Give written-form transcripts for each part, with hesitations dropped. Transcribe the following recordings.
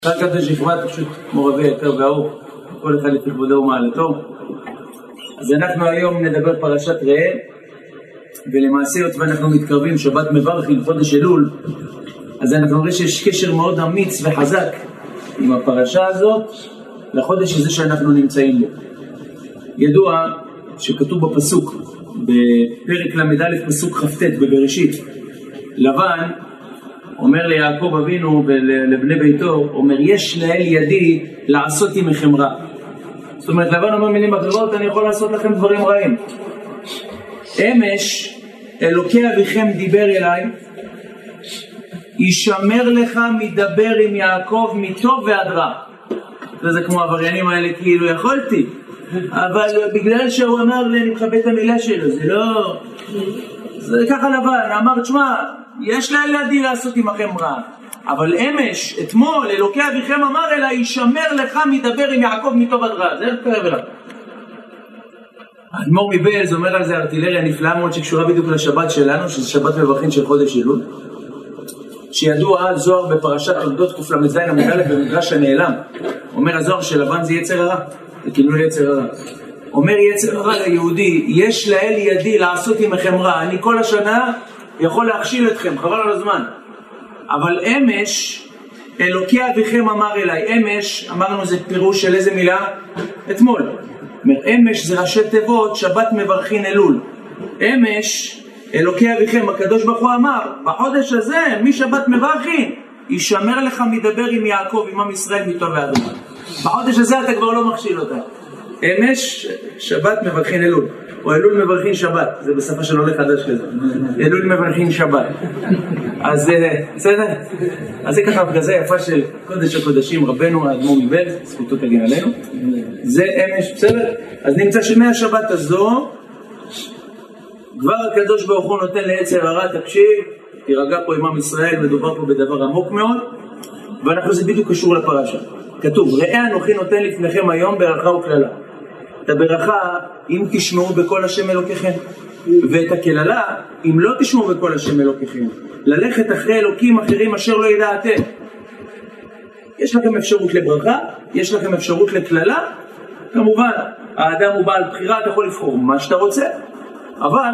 רק עד השכבת פשוט מורבי יותר ואהוב, כל אחד לפי כבודו ומעלתו. אז אנחנו היום נדבר פרשת ראה, ולמעשה היות ואנחנו מתקרבים שבת מברכין חודש אלול, אז אנחנו רואים שיש קשר מאוד אמיץ וחזק עם הפרשה הזאת לחודש הזה שאנחנו נמצאים בו. ידוע שכתוב בפסוק, בפרק למד פסוק כ"ט בבראשית, לבן אומר ליעקב אבינו ולבני ביתו, אומר יש לאל ידי לעשות עמכם רע. זאת אומרת, לבן אומר מילים אחרות, אני יכול לעשות לכם דברים רעים. אמש אלוקי אביכם דיבר אליי, ישמר לך מדבר עם יעקב מטוב ועד רע. זה כמו העבריינים האלה, כאילו יכולתי, אבל בגלל שהוא אמר לי אני מכבד את המילה שלו, זה לא, זה ככה לבן, אמר תשמע, יש לאל ידי לעשות עמכם רע, אבל אמש, אתמול, אלוקי אביכם אמר אליי, ישמר לך מדבר עם יעקב מטוב עד רע. זה קרב אליו. האדמו"ר מבעלז אומר על זה ארטילריה נפלאה מאוד שקשורה בדיוק לשבת שלנו, שזה שבת מברכין של חודש אלול, שידוע זוהר בפרשת תולדות קל"ז עמוד א' במדרש הנעלם, אומר הזוהר שלבן זה יצר הרע, זה כאילו יצר הרע. אומר יצר הרע ליהודי, יש לאל ידי לעשות עמכם רע, אני כל השנה יכול להכשיל אתכם, חבל על הזמן. אבל אמש, אלוקי אביכם אמר אליי, אמש, אמרנו זה פירוש של איזה מילה? אתמול. אמש זה ראשי תיבות, שבת מברכין אלול. אמש, אלוקי אביכם, הקדוש ברוך הוא אמר, בחודש הזה, משבת מברכין, ישמר לך מדבר עם יעקב, עם עם ישראל מטוב ועד רע. בחודש הזה אתה כבר לא מכשיל אותה. אמש, שבת מברכין אלול. או אלול מברכין שבת, זה בשפה של עולה חדש כזה. אלול מברכין שבת. אז בסדר? אז זה ככה הפגזה יפה של קודש הקודשים, רבנו האדמו"ר מבעלז, זכותו תגן עלינו. זה אמש, בסדר? אז נמצא שמהשבת הזו, כבר הקדוש ברוך הוא נותן ליצר הרע, תקשיב, תירגע פה עם עם ישראל, מדובר פה בדבר עמוק מאוד, ואנחנו זה בדיוק קשור לפרשה. כתוב, ראה אנוכי נותן לפניכם היום ברכה וכללה. את הברכה, אם תשמעו בכל השם אלוקיכם, ואת הכללה, אם לא תשמעו בכל השם אלוקיכם, ללכת אחרי אלוקים אחרים אשר לא ידעתם. יש לכם אפשרות לברכה, יש לכם אפשרות לכללה, כמובן, האדם הוא בעל בחירה, אתה יכול לבחור מה שאתה רוצה, אבל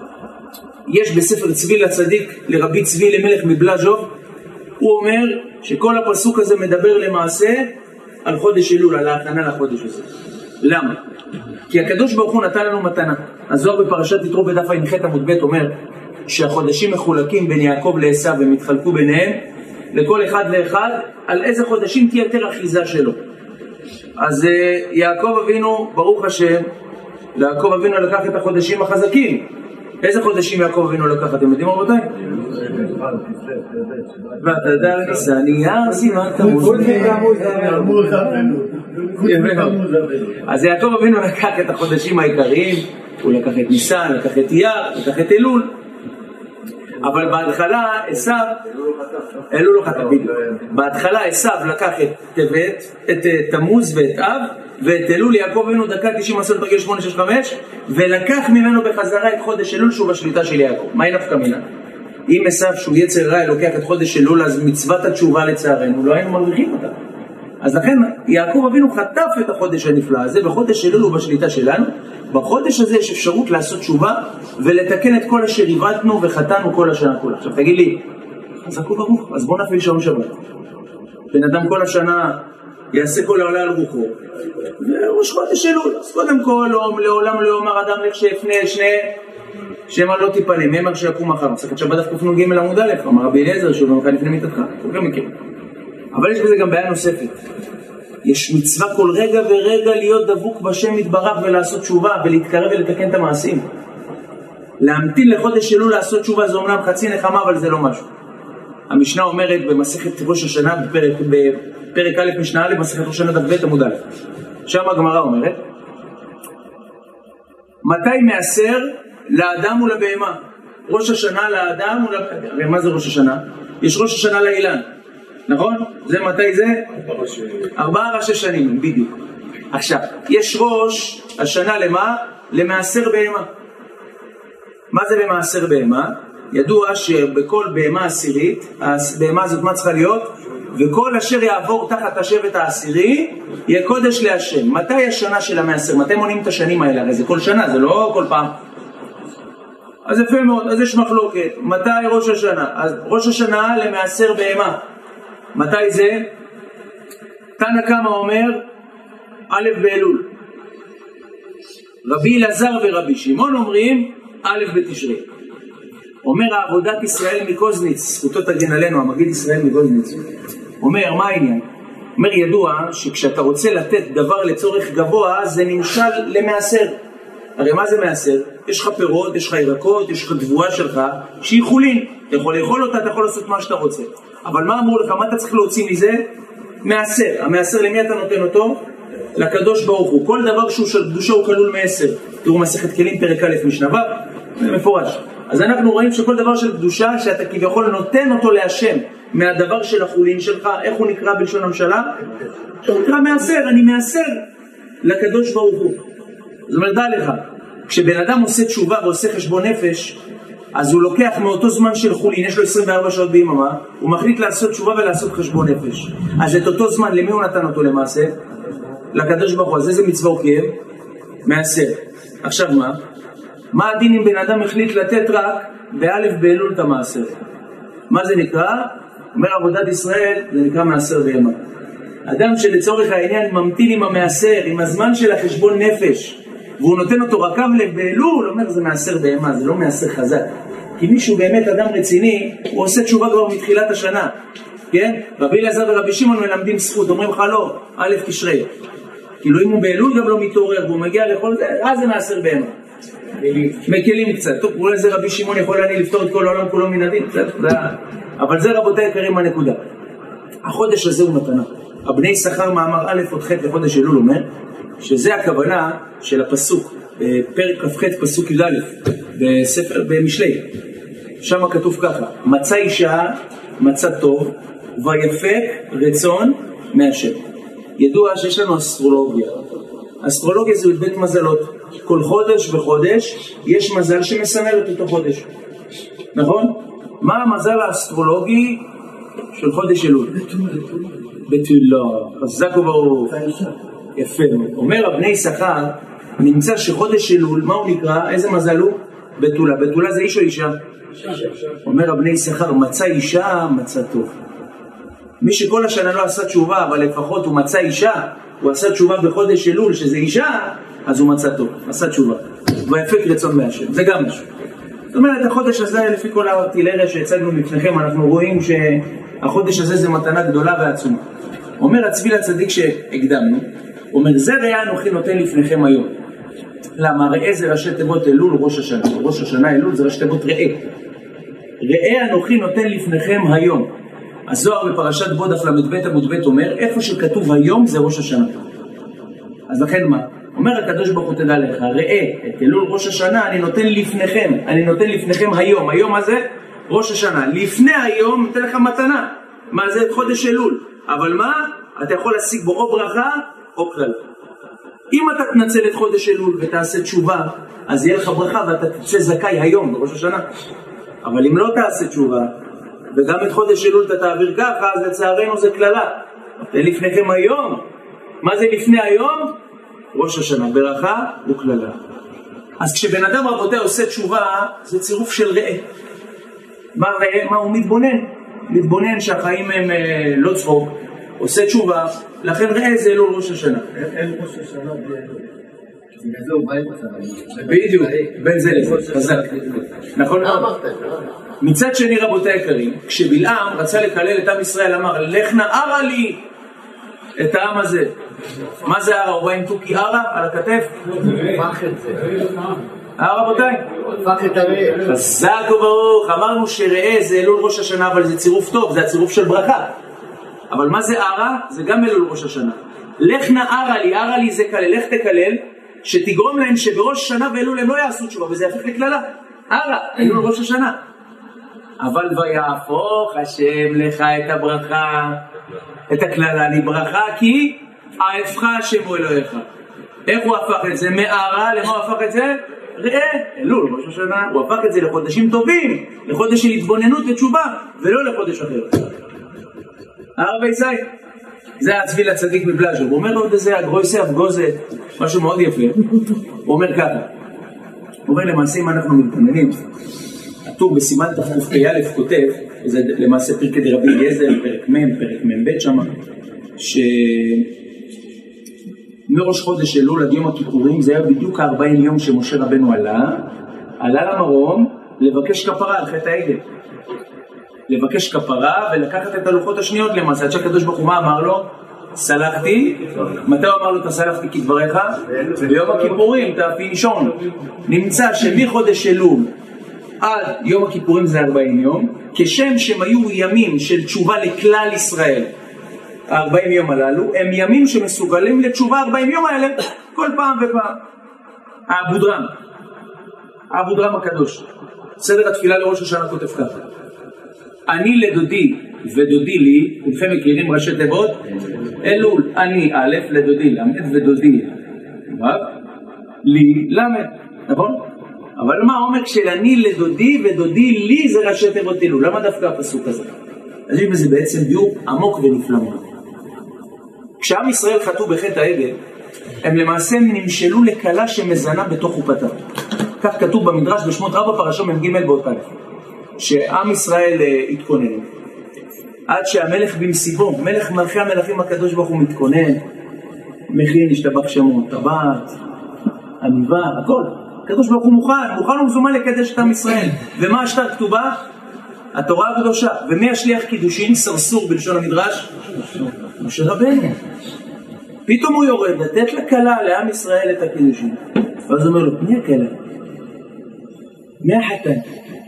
יש בספר צבי לצדיק, לרבי צבי למלך מבלז'וב, הוא אומר שכל הפסוק הזה מדבר למעשה על חודש אלול, על ההכנה לחודש הזה. למה? כי הקדוש ברוך הוא נתן לנו מתנה. הזוהר בפרשת יתרו בדף ע"ח עמוד ב' אומר שהחודשים מחולקים בין יעקב לעשו ומתחלקו ביניהם לכל אחד ואחד על איזה חודשים תהיה יותר אחיזה שלו. אז יעקב אבינו, ברוך השם, ליעקב אבינו לקח את החודשים החזקים. איזה חודשים יעקב אבינו לקח? אתם יודעים רבותיי? ואתה יודע לניסן אייר סימן תמוז. אז יעקב אבינו לקח את החודשים העיקריים, הוא לקח את ניסן, לקח את אייר, לקח את אלול, אבל בהתחלה אלול לא חטא בדיוק. בהתחלה עשו לקח את טבת, את תמוז ואת אב, ואת אלול יעקב אבינו דקה 90 עשרת תרגיל 865, ולקח ממנו בחזרה את חודש אלול שהוא בשליטה של יעקב. מה היא נפקא מינה? אם עשו שהוא יצר רע לוקח את חודש אלול, אז מצוות התשובה לצערנו לא היינו מרוויחים אותה. אז לכן יעקב אבינו חטף את החודש הנפלא הזה, בחודש אלול הוא בשליטה שלנו. בחודש הזה יש אפשרות לעשות תשובה ולתקן את כל אשר עיוותנו וחטאנו כל השנה כולה. עכשיו תגיד לי, חזקו ברוך, אז בוא נפעיל שעון שבת. בן אדם כל השנה יעשה כל העולה על רוחו, וראש חודש אלול, אז קודם כל לעולם לא יאמר אדם לך שיפנה שני שמא לא תיפלם, ממר שיקום מחר. מסכת שבת דף ק"ג עמוד א', אמר רבי אליעזר שהוא במקרה לפני מיתתך, הוא גם מכיר. אבל יש בזה גם בעיה נוספת. יש מצווה כל רגע ורגע להיות דבוק בשם יתברך ולעשות תשובה ולהתקרב ולתקן את המעשים. להמתין לחודש אלול לעשות תשובה זה אומנם חצי נחמה, אבל זה לא משהו. המשנה אומרת במסכת ראש השנה, בפרק א' משנה א', מסכת ראש השנה דף ב' עמוד א'. שם הגמרא אומרת, מתי מעשר לאדם ולבהמה? ראש השנה לאדם ולבהמה. מה זה ראש השנה? יש ראש השנה לאילן. נכון? זה מתי זה? 4 ראשי שנים, בדיוק. עכשיו, יש ראש השנה למה? למעשר בהמה. מה זה למעשר בהמה? ידוע שבכל בהמה עשירית, הבהמה הזאת מה צריכה להיות? וכל אשר יעבור תחת השבט העשירי יהיה קודש להשם. מתי השנה של המעשר? מתי מונים את השנים האלה? הרי זה כל שנה, זה לא כל פעם. אז יפה מאוד, אז יש מחלוקת. מתי ראש השנה? אז ראש השנה למעשר בהמה. מתי זה? תנא קמא אומר א' באלול. רבי אלעזר ורבי שמעון אומרים א' בתשרי. אומר העבודת ישראל מקוזניץ, זכותו תגן עלינו, המגיד ישראל מקוזניץ, אומר מה העניין? אומר ידוע שכשאתה רוצה לתת דבר לצורך גבוה זה נמשל למעשר. הרי מה זה מעשר? יש לך פירות, יש לך ירקות, יש לך תבואה שלך שהיא חולין, אתה יכול לאכול אותה, אתה יכול לעשות מה שאתה רוצה, אבל מה אמרו לך? מה אתה צריך להוציא מזה? מעשר. המעשר למי אתה נותן אותו? לקדוש ברוך הוא. כל דבר שהוא של קדושה הוא כלול מעשר. תראו מסכת כלים פרק א' משנה ו', זה מפורש. אז אנחנו רואים שכל דבר של קדושה שאתה כביכול נותן אותו להשם מהדבר של החולין שלך, איך הוא נקרא בלשון המשלה? הוא נקרא מעשר, אני מעשר לקדוש ברוך הוא. זאת אומרת, דע לך, כשבן אדם עושה תשובה ועושה חשבון נפש, אז הוא לוקח מאותו זמן של חולין, יש לו 24 שעות ביממה, הוא מחליט לעשות תשובה ולעשות חשבון נפש. אז את אותו זמן, למי הוא נתן אותו למעשה? לקדוש ברוך הוא. אז איזה מצווה הוא קיים? מעשר. עכשיו מה? מה הדין אם בן אדם החליט לתת רק באלף באלול את המעשר? מה זה נקרא? אומר עבודת ישראל, זה נקרא מעשר בהמה. אדם שלצורך העניין ממתין עם המעשר, עם הזמן של החשבון נפש, והוא נותן אותו רק באלול, אומר זה מעשר בהמה, זה לא מעשר חזק. כי מישהו באמת אדם רציני, הוא עושה תשובה כבר מתחילת השנה. כן? רבי אלעזר ורבי שמעון מלמדים זכות, אומרים לך לא, א' תשרי. כאילו אם הוא באלול גם לא מתעורר, והוא מגיע לכל זה, אז זה מעשר בהמה. מקלים קצת. טוב, אולי זה רבי שמעון יכול אני לפתור את כל העולם כולו מן הדין. אבל זה רבותיי יקרים הנקודה. החודש הזה הוא מתנה. הבני יששכר מאמר א' עוד ח' לחודש אלול אומר, שזה הכוונה של הפסוק, פרק כ"ח פסוק י"א, בספר, במשלי. שם כתוב ככה, מצא אישה, מצא טוב, ויפק רצון מהשם. ידוע שיש לנו אסטרולוגיה. אסטרולוגיה זה בית מזלות. כל חודש וחודש יש מזל שמסמל את אותו חודש. נכון? מה המזל האסטרולוגי של חודש אלול? בתולה. חזק וברוך. יפה. אומר הבני יששכר, נמצא שחודש אלול, מה הוא נקרא? איזה מזל הוא? בתולה. בתולה זה איש או אישה? אומר הבני יששכר, מצא אישה, מצא טוב. מי שכל השנה לא עשה תשובה, אבל לפחות הוא מצא אישה, הוא עשה תשובה בחודש אלול, שזה אישה, אז הוא מצא טוב, עשה תשובה. ויפק רצון מהשם, זה גם משהו. זאת אומרת, החודש הזה, לפי כל הארטילריה שהצגנו לפניכם, אנחנו רואים שהחודש הזה זה מתנה גדולה ועצומה. אומר הצבי לצדיק שהקדמנו, אומר, זה ראה אנוכי נותן לפניכם היום. למה? ראה זה ראשי תיבות אלול ראש השנה. ראש השנה אלול זה ראשי תיבות ראה. ראה אנוכי נותן לפניכם היום. הזוהר בפרשת בו דף ל"ב עמוד ב' אומר, איפה שכתוב היום זה ראש השנה. אז לכן מה? אומר הקדוש ברוך הוא תדע לך, ראה את אלול ראש השנה אני נותן לפניכם. אני נותן לפניכם היום. היום הזה ראש השנה. לפני היום נותן לך מתנה. מה זה? חודש אלול. אבל מה? אתה יכול להשיג בו או ברכה או כלל. אם אתה תנצל את חודש אלול ותעשה תשובה, אז יהיה לך ברכה ואתה תצא זכאי היום בראש השנה. אבל אם לא תעשה תשובה, וגם את חודש אלול אתה תעביר ככה, אז לצערנו זה כללה. זה לפניכם היום. מה זה לפני היום? ראש השנה, ברכה וכללה. אז כשבן אדם רבותיי עושה תשובה, זה צירוף של ראה. מה ראה? מה הוא מתבונן? מתבונן שהחיים הם לא צחוק, עושה תשובה, לכן ראה זה אלול ראש השנה. אין ראש השנה בלי אלול. בגלל זה הוא בא עם הצבא. בדיוק, בין זה לזה, חזק. נכון? מצד שני רבותי יקרים, כשבלעם רצה לקלל את עם ישראל, אמר, לך נערה לי את העם הזה. מה זה ערה? הוא בא עם תוקי ערה על הכתף? רבותיי? חזק וברוך. אמרנו שראה זה אלול ראש השנה, אבל זה צירוף טוב, זה הצירוף של ברכה. אבל מה זה ערה? זה גם אלול ראש השנה. לך נערה לי, ערה לי זה כלל, לך תקלל, שתגרום להם שבראש השנה ואלול הם לא יעשו תשובה, וזה יפך לכללה. ערה, אלול ראש השנה. אבל ויהפוך השם לך את הברכה, את הכללה לברכה, כי אהבך השם הוא אלוהיך. איך הוא הפך את זה? מערה, למה הוא הפך את זה? ראה, אלול ראש השנה, הוא הפך את זה לחודשים טובים, לחודש של התבוננות ותשובה, ולא לחודש אחר. הר ביזי. זה הצביל הצדיק מבלז'ו. הוא אומר עוד איזה הגרויסי אבגוזה, משהו מאוד יפה. הוא אומר ככה. הוא אומר למעשה אם אנחנו מתבוננים, הטור בסימן תק"א כותב, זה למעשה פרקי דרבי אליעזר, פרק מ', פרק מ' שם, שמראש חודש אלול עד יום הכיפורים, זה היה בדיוק 40 יום שמשה רבנו עלה למרום לבקש כפרה על חטא העגל. לבקש כפרה ולקחת את הלוחות השניות למעשה. עד שהקדוש ברוך הוא מה אמר לו? סלחתי. מתי הוא אמר לו תסלחתי כדבריך? ביום הכיפורים, תפינשון. נמצא שמחודש אלול עד יום הכיפורים זה 40 יום, כשם שהם היו ימים של תשובה לכלל ישראל, 40 יום הללו, הם ימים שמסוגלים לתשובה 40 יום האלה כל פעם ופעם. האבודרם הקדוש, סדר התפילה לראש השנה כותב ככה: אני לדודי ודודי לי, כולכם מכירים ראשי תיבות? אלול, אני א' לדודי למד ודודי לי למד, נכון? אבל מה העומק של אני לדודי ודודי לי זה ראשי תיבות אלול? למה דווקא הפסוק הזה? אז יש בזה בעצם ביור עמוק ונפלא. כשעם ישראל חטאו בחטא העגל, הם למעשה נמשלו לקלה שמזנה בתוך חופתה. כך כתוב במדרש בשמות רבה פרשה מ"ג באותה א', שעם ישראל התכונן עד שהמלך במסיבו, מלך מלכי המלכים הקדוש ברוך הוא מתכונן, מכין השתבח שמו, טבעת, עניבה, הכל. הקדוש ברוך הוא מוכן ומזומן לקדש את עם ישראל. ומה השטר כתובה? התורה הקדושה. ומי השליח קידושין? סרסור בלשון המדרש? משה רבנו. פתאום הוא יורד לתת לכלה לעם ישראל את הקידושין. ואז הוא אומר לו, מי הכלה? מי החתן?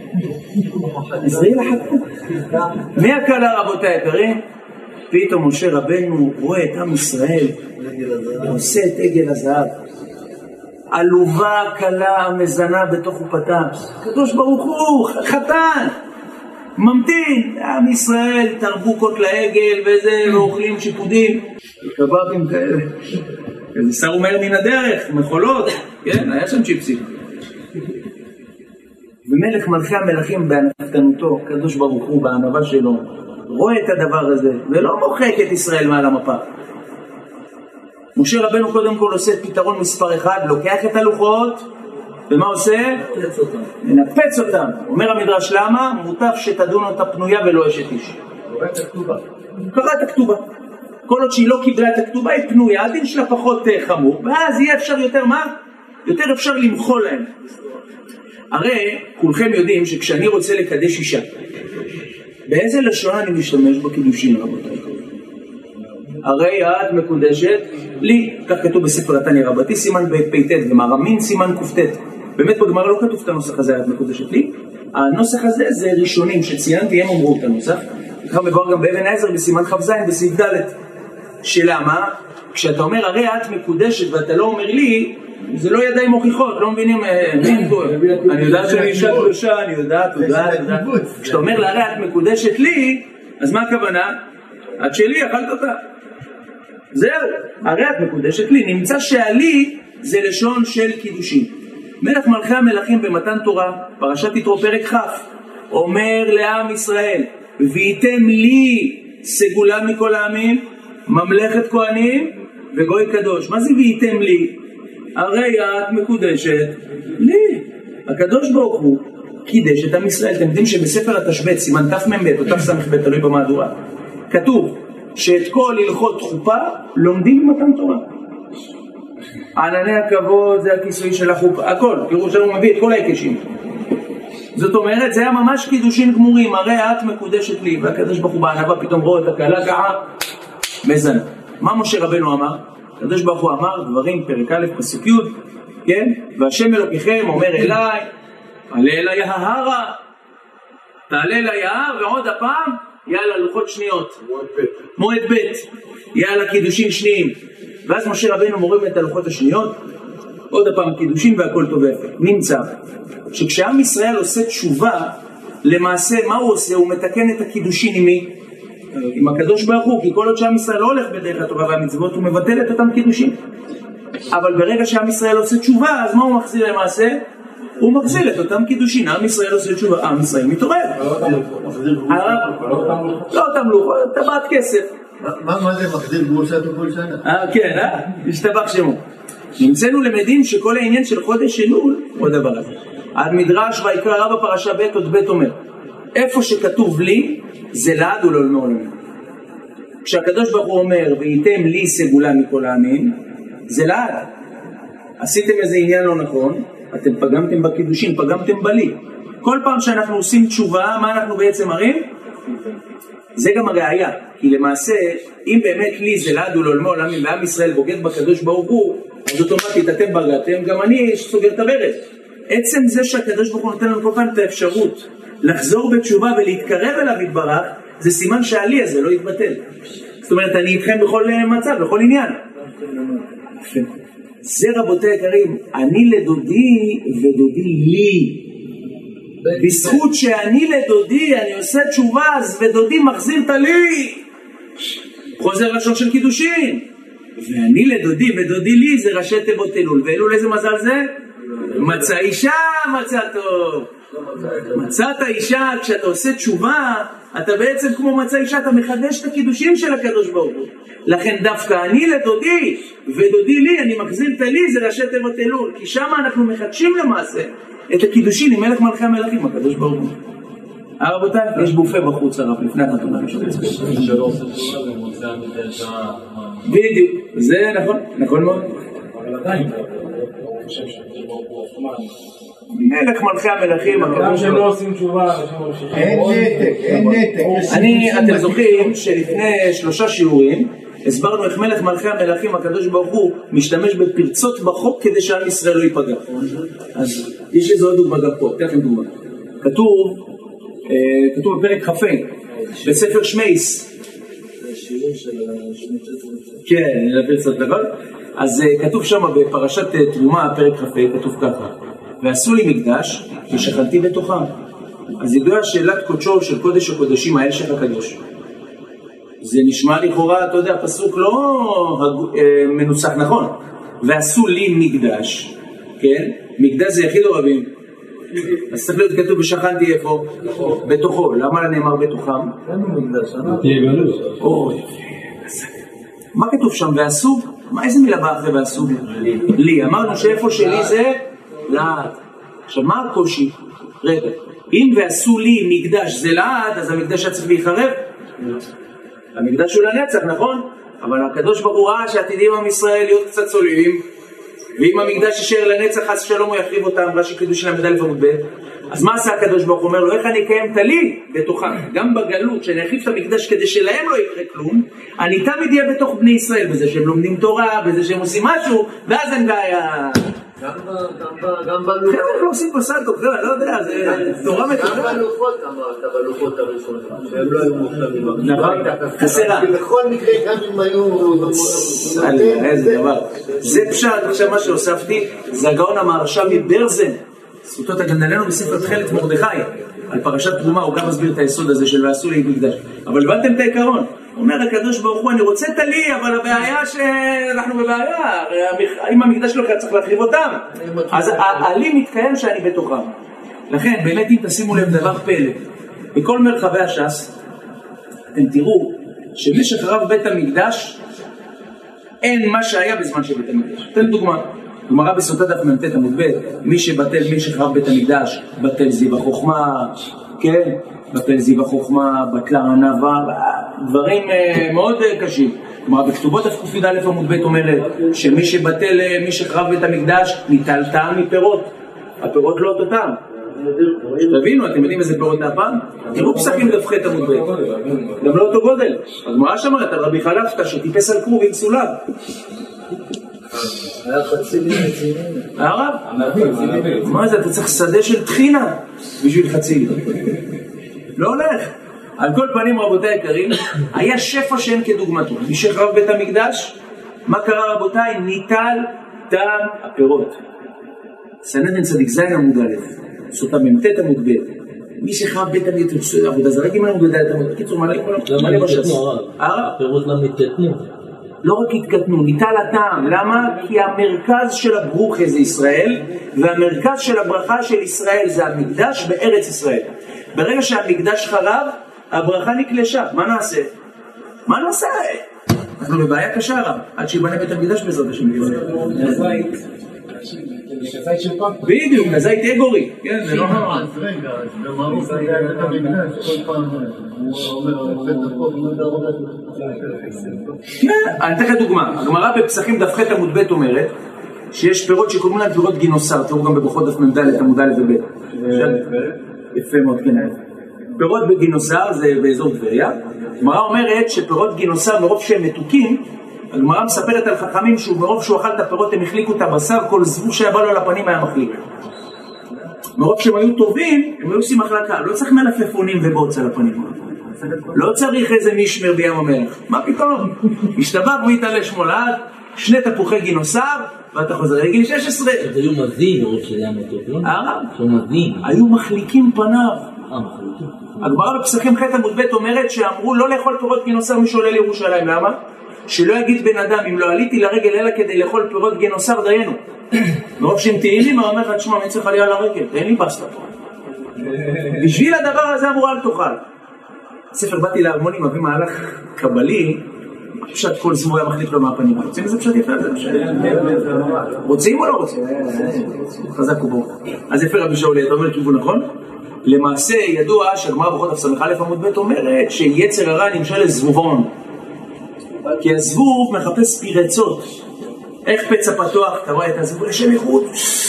ישראל החתן. מי הכלה רבותי היקרים? פתאום משה רבנו רואה את עם ישראל ועושה את עגל הזהב. עלובה כלה מזנה בתוך חופתה. קדוש ברוך הוא חתן ממתין. עם ישראל תרבו קוט לעגל וזה, ואוכלים שיפודים קבבים כאלה, איזה שרו מהר מן הדרך, מחולות, כן, היה שם צ'יפסים. ומלך מלכי המלכים בענוותנותו, קדוש ברוך הוא בענווה שלו, רואה את הדבר הזה ולא מוחק את ישראל מעל המפה. משה רבנו קודם כל עושה פתרון מספר אחד, לוקח את הלוחות, ומה עושה? מנפץ אותם. אומר המדרש למה? מוטב שתדון אותה פנויה ולא אשת איש. קרא את הכתובה. כל עוד שהיא לא קיבלה את הכתובה היא פנויה, הדין שלה פחות חמור, ואז יהיה אפשר יותר מה? יותר אפשר למחול להם. הרי כולכם יודעים שכשאני רוצה לקדש אישה, באיזה לשון אני משתמש בקידושין רבותיי? הרי את מקודשת לי, כך כתוב בספר התניא רבתי סימן פ"ט ומאמרים סימן ק"ט. באמת בגמרא לא כתוב את הנוסח הזה, את מקודשת לי. הנוסח הזה זה ראשונים שציינתי, הם אמרו את הנוסח. כך מבואר גם באבן העזר בסימן כ"ז בסעיף ד'. שלמה? כשאתה אומר הרי את מקודשת ואתה לא אומר לי, זה לא ידיים מוכיחות, לא מבינים אני יודעת שאני אישה קדושה, אני יודעת. כשאתה אומר לה הרי את מקודשת לי, אז מה הכוונה? את שלי, אכלת אותה. זהו, הרי את מקודשת לי. נמצא שהלי זה לשון של קידושין. מלך מלכי המלכים במתן תורה, פרשת יתרו פרק כ', אומר לעם ישראל, והייתם לי סגולה מכל העמים, ממלכת כהנים וגוי קדוש. מה זה והייתם לי? הרי את מקודשת לי. הקדוש ברוך הוא קידש את עם ישראל. אתם יודעים שבספר התשבץ, סימן תמ"ב או תס"ב, תלוי במהדורה, כתוב שאת כל הלכות חופה לומדים במתן תורה. ענני הכבוד זה הכיסוי של החופה, הכל, תראו שהוא מביא את כל ההיקשים. זאת אומרת, זה היה ממש קידושין גמורים, הרי את מקודשת לי, והקדוש ברוך הוא בענווה פתאום רואה את הקהלה ככה, מזנה. מה משה רבנו אמר? הקדוש ברוך הוא אמר דברים, פרק א' פסוק י', כן? והשם אלוקיכם אומר אליי, עלה אליי ההרה, תעלה אליי ההר, ועוד הפעם, יאללה לוחות שניות, מועד ב', יאללה קידושין שניים. ואז משה רבנו מורים את הלוחות השניות, עוד הפעם קידושין והכל טוב ויפה. נמצא שכשעם ישראל עושה תשובה, למעשה מה הוא עושה? הוא מתקן את הקידושין עם מי? עם הקדוש ברוך הוא, כי כל עוד שעם ישראל לא הולך בדרך התורה והמצוות, הוא מבטל את אותם קידושין. אבל ברגע שעם ישראל עושה תשובה, אז מה הוא מחזיר למעשה? הוא מחזיר את אותם קידושין, עם ישראל עושה תשובה, עם ישראל מתעורר. לא אותם לוחות, טבעת כסף. מה זה מחזיר גרושתו כל שנה? כן, השתבח שמו. נמצאנו למדים שכל העניין של חודש אלול הוא הדבר הזה. המדרש ויקרא רבה פרשה ב' עוד ב' אומר, איפה שכתוב לי זה לעד ולעולמי עולמים. כשהקדוש ברוך הוא אומר וייתם לי סגולה מכל העמים, זה לעד. עשיתם איזה עניין לא נכון, אתם פגמתם בקידושין, פגמתם בלי. כל פעם שאנחנו עושים תשובה, מה אנחנו בעצם מראים? זה גם הראייה, כי למעשה, אם באמת לי זה לעד ולעולמי עולמים, ועם ישראל בוגד בקדוש ברוך הוא, אז אוטומטית אתם בגדתם, גם אני סוגר את הברז. עצם זה שהקדוש ברוך הוא נותן לנו כל פעם את האפשרות לחזור בתשובה ולהתקרב אליו יתברך, זה סימן שהעלי הזה לא יתבטל. זאת אומרת, אני איתכם בכל מצב, בכל עניין. זה רבותי היקרים, אני לדודי ודודי לי. בזכות שאני לדודי, אני עושה תשובה, אז ודודי מחזיר את לי. חוזר לשון של קידושין. ואני לדודי ודודי לי זה ראשי תיבות אלול. ואלול איזה מזל זה? מצא אישה, מצא טוב. מצאת אישה, כשאתה עושה תשובה, אתה בעצם כמו מצא אישה, אתה מחדש את הקידושים של הקדוש ברוך הוא. לכן דווקא אני לדודי ודודי לי, אני מחזיר את לי, זה ראשי תיבות אלול. כי שם אנחנו מחדשים למעשה את הקידושין עם מלך מלכי המלכים, הקדוש ברוך הוא. רבותיי, יש בופה בחוץ הרב, לפני החתונה. בדיוק, זה נכון, נכון מאוד. אבל עדיין, אני חושב שהקדוש ברוך הוא אופמן. מלך מלכי המלכים, גם שהם לא עושים תשובה, אין נתק. אתם זוכרים שלפני 3 שיעורים הסברנו איך מלך מלכי המלכים הקדוש ברוך הוא משתמש בפרצות בחוק כדי שעם ישראל לא ייפגע. אז יש איזו עוד דוגמה גם פה, תכף דוגמה. כתוב בפרק כ"ה בספר שמייס. כן, לפרצות דבר. אז כתוב שם בפרשת תרומה, פרק כ"ה, כתוב ככה: ועשו לי מקדש ושכנתי בתוכם. אז ידוע שאלת קודשו של קודש הקודשים, ההלשך הקדוש. זה נשמע לכאורה, אתה יודע, פסוק לא מנוסח נכון. ועשו לי מקדש, כן? מקדש זה יחיד או רבים? אז צריך להיות כתוב ושכנתי איפה? בתוכו. למה נאמר בתוכם? מה כתוב שם? ועשו? איזה מילה באה אחרי ועשו? לי. אמרנו שאיפה שלי זה לעד. עכשיו מה הקושי? רגע, אם ועשו לי מקדש זה לעד, אז המקדש צריך להיחרב? המקדש הוא לנצח, נכון? אבל הקדוש ברוך הוא ראה שעתידים עם ישראל להיות קצת צולעים, ואם המקדש יישאר לנצח חס שלום הוא יחריב אותם, רש"י קידוש ל"ד עמוד ב'. אז מה עשה הקדוש ברוך הוא? אומר לו, איך אני אקיים את לי בתוכם? גם בגלות, שאני אחריב את המקדש כדי שלהם לא יקרה כלום, אני תמיד אהיה בתוך בני ישראל, בזה שהם לומדים תורה, בזה שהם עושים משהו, ואז אין בעיה. גם בלוחות. איך לא עושים פה סלטות? לא יודע, זה תורה מתוקה. גם בלוחות אמרת, בלוחות הראשונות, שהם לא היו מוכתבים. נכון, חסרה. בכל מקרה, גם אם היו... איזה דבר. זה פשט, עכשיו מה שהוספתי, זה הגאון המהרש"א מברזן, זכותו תגן עלינו בספר תכלת מרדכי, על פרשת תרומה, הוא גם מסביר את היסוד הזה של ועשו לי מקדש. אבל הבנתם את העיקרון. אומר הקדוש ברוך הוא, אני רוצה את לי, אבל הבעיה שאנחנו בבעיה, אם המקדש שלך צריך להחריב אותם, אז הלי מתקיים שאני בתוכם. לכן, באמת אם תשימו לב דבר פלא, בכל מרחבי הש"ס, אתם תראו שבמשך רב בית המקדש, אין מה שהיה בזמן של בית המקדש. אתן דוגמה, גמרא בסוטה דף מ"ט עמוד ב', מי שבטל משך רב בית המקדש, בטל זיו החוכמה, כן? בטל זיו החוכמה, בטלה ענווה, דברים מאוד קשים. כלומר, בכתובות הק"ד עמוד ב' אומרת שמי שבטל משך רב בית המקדש, ניטל טעם מפירות. הפירות לא אותו טעם. תבינו, אתם יודעים איזה פירות מהפעם? תראו פסקים דף ח' עמוד ב', גם לא אותו גודל. הגמרא שאמרת על רבי חלפתא שטיפס על כרוב עם סולב. היה חצילים רציניים. הרב? מה זה? אתה צריך שדה של תחינה בשביל חצילים. לא הולך. על כל פנים רבותיי היקרים, היה שפע שאין כדוגמתו. משך רב בית המקדש, מה קרה רבותיי? ניטל טעם הפירות. סנהדרין צדיק ז' עמוד א', סוטה מ"ט עמוד ב', משך רב בית המקדש, עבודה זרה, אם אנחנו גדלת עמוד, קיצור מלא בש"ס. הפירות לא מתקטנו. לא רק התקטנו, ניטל הטעם. למה? כי המרכז של הברוכה זה ישראל, והמרכז של הברכה של ישראל זה המקדש בארץ ישראל. ברגע שהמקדש חרב, הברכה נקלשה. מה נעשה? מה נעשה? אנחנו בבעיה קשה רב, עד שיבנה בית המקדש בעזרת השם. כזית של פעם. בדיוק, כזית אגורי. כן, זה לא... אז רגע, במהות זה היה בית המקדש, כל פעם הוא אומר, בית החוק, הוא אומר, כן, אני אתן לך דוגמה. הגמרא בפסחים דף ח' עמוד ב' אומרת שיש פירות שקוראים להם פירות גינוסר, תראו גם בברכות דף מ"ד עמוד א' וב'. יפה מאוד, כן. פירות בגינוסר זה באזור טבריה. הגמרא אומרת שפירות גינוסר מרוב שהם מתוקים, הגמרא מספרת על חכמים שמרוב שהוא אכל את הפירות הם החליקו את הבשר, כל זבוב שהיה בא לו על הפנים היה מחליק. מרוב שהם היו טובים, הם היו עושים החלקה, לא צריך מלפפונים ובוץ על הפנים. לא צריך איזה מישמר בים המלך. מה פתאום? השתבח והתעלה שמולד, 2 תפוחי גינוסר, ואתה חוזר לגיל 16. היו מזין, או שהיה מתוק, לא? היו מחליקים פניו. הגמרא בפסחים ח' עמוד ב' אומרת שאמרו לא לאכול פירות גינוסר מי שעולה לירושלים. למה? שלא יגיד בן אדם, אם לא עליתי לרגל אלא כדי לאכול פירות גינוסר דיינו. מרוב שהם תהילים, הוא אומר לך, תשמע, אני צריך עלייה לרגל, תן לי בסטה פה. בשביל הדבר הזה אמרו אל תאכל. ספר באתי להרמונים, מביא מהלך קבלי, פשט כל זמור היה מחליף לו מהפנים. רוצים איזה פשט יפה? רוצים או לא רוצים? חזק ובוא. אז יפה רבי שאולי, אתה אומר כיוון נכון? למעשה ידוע שהגמרא ברכות דף ס"א עמוד ב' אומרת שיצר הרע נמשל לזבובון. כי הזבוב מחפש פירצות. איך פצע פתוח? אתה רואה את הזבוב לשם איכות.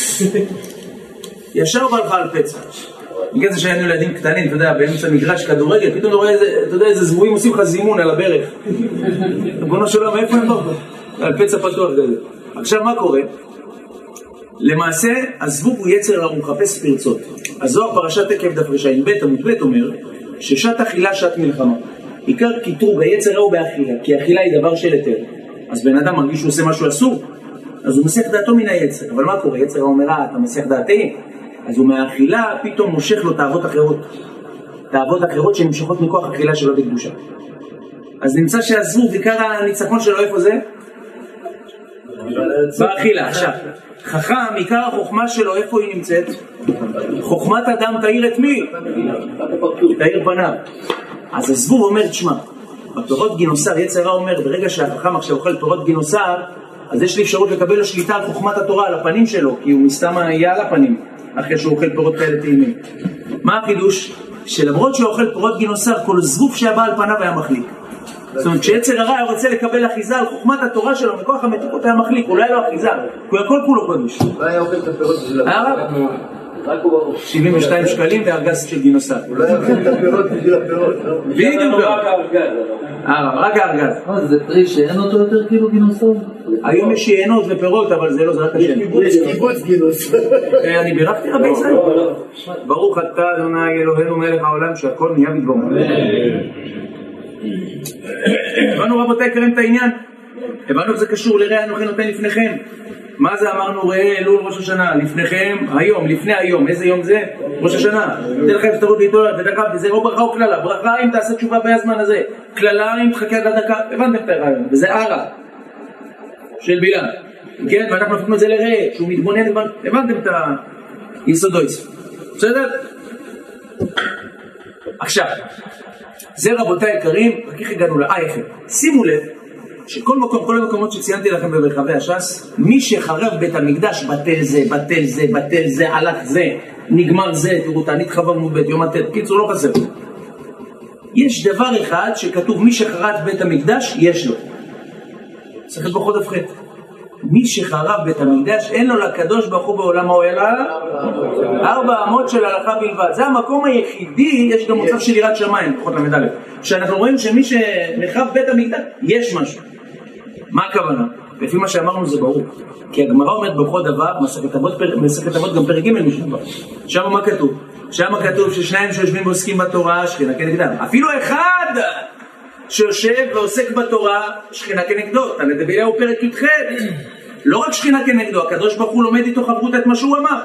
ישר בא לך על פצע. בגלל זה שהיינו ילדים קטנים, אתה יודע, באמצע מגרש כדורגל, פתאום אתה רואה איזה זבובים עושים לך זימון על הברך. בגונו שלו, מאיפה הם בא? על פצע פתוח כזה. עכשיו מה קורה? למעשה, הזבוב הוא יצר הרע, הוא מחפש פרצות. הזוהר פרשת עקב דף רש"ב עמוד ב' אומר ששעת אכילה שעת מלחמה. עיקר קיטרוג היצר הרע הוא באכילה, כי אכילה היא דבר של היתר. אז בן אדם מרגיש שהוא עושה משהו אסור, אז הוא מסיח דעתו מן היצר. אבל מה קורה? יצר הרע אומר, אתה מסיח דעתי? אז הוא מהאכילה פתאום מושך לו תאוות אחרות. תאוות אחרות שנמשכות מכוח אכילה שלו בקדושה. אז נמצא שהזבוב, עיקר הניצחון שלו איפה זה? באכילה. עכשיו, חכם, עיקר החוכמה שלו איפה היא נמצאת? חוכמת אדם תאיר את מי? תאיר פניו. אז הזבוב אומר, תשמע, בפירות גינוסר, יצר הרע אומר, ברגע שהחכם עכשיו אוכל פירות גינוסר, אז יש לי אפשרות לקבל לו שליטה על חוכמת התורה, על הפנים שלו, כי הוא מסתם יהיה על הפנים, אחרי שהוא אוכל פירות כאלה טעימים. מה החידוש? שלמרות שהוא אוכל פירות גינוסר, כל זבוב שהיה על פניו היה מחליק. זאת אומרת, כשיצר הרע היה רוצה לקבל אחיזה על חוכמת התורה שלו, מכוח המתיקות היה מחליק, אולי לא אחיזה, הוא הכל כולו קודש. לא היה אוכל את הפירות בשביל הפירות. 72 שקלים וארגז של גינוסר. הוא לא היה אוכל את הפירות בשביל הפירות. בדיוק. רק הארגז. זה פרי שאין אותו יותר כאילו גינוסר? היום יש יינות ופירות, אבל זה לא, זה רק השם. יש קיבוץ גינוסר. אני בירכתי רבי ישראל. ברוך אתה אדוני אלוהינו מלך העולם שהכל נהיה בדברו. הבנו רבותיי, קראים את העניין. הבנו שזה קשור לראה אנוכי נותן לפניכם. מה זה אמרנו ראה אלול ראש השנה? לפניכם, היום, לפני היום. איזה יום זה? ראש השנה. תן לך הפטרות להתעורר, ודקה, וזה או ברכה או כללה. ברכה אם תעשה תשובה בזמן הזה. כללה אם תחכה עד הדקה. הבנתם את הרעיון. וזה ערה של בלעם. כן, ואנחנו נפתנו את זה לראה, שהוא מתבונן, הבנתם את היסודויס. בסדר? עכשיו, זה רבותיי היקרים, רק איך הגענו יפה. שימו לב, שכל מקום, כל המקומות שציינתי לכם ברחבי הש"ס, מי שחרב בית המקדש, בטל זה, בטל זה, בטל זה, הלך זה, נגמר זה, תראו, תענית חב"ד מובית, יום התת, קיצור לא חסר. יש דבר אחד שכתוב, מי שחרב בית המקדש, יש לו. צריך בכל דף ח'. מי שחרב בית המקדש, אין לו לקדוש ברוך הוא בעולמו אלא 4 אמות של הלכה בלבד. זה המקום היחידי, יש גם מצב של יראת שמיים, פחות למד' שאנחנו רואים שמי שנחרב בית המקדש, יש משהו. מה הכוונה? לפי מה שאמרנו זה ברור. כי הגמרא אומרת בכל דבר, מסכת אבות גם פרק ג' משנה. שם מה כתוב? שם כתוב ששניים שיושבים ועוסקים בתורה, שכינה כנגדם. אפילו אחד שיושב ועוסק בתורה, שכינה כנגדו. תלמוד אליהו פרק י"ח. לא רק שכינה כנגדו, הקדוש ברוך הוא לומד איתו חברותא את מה שהוא אמר.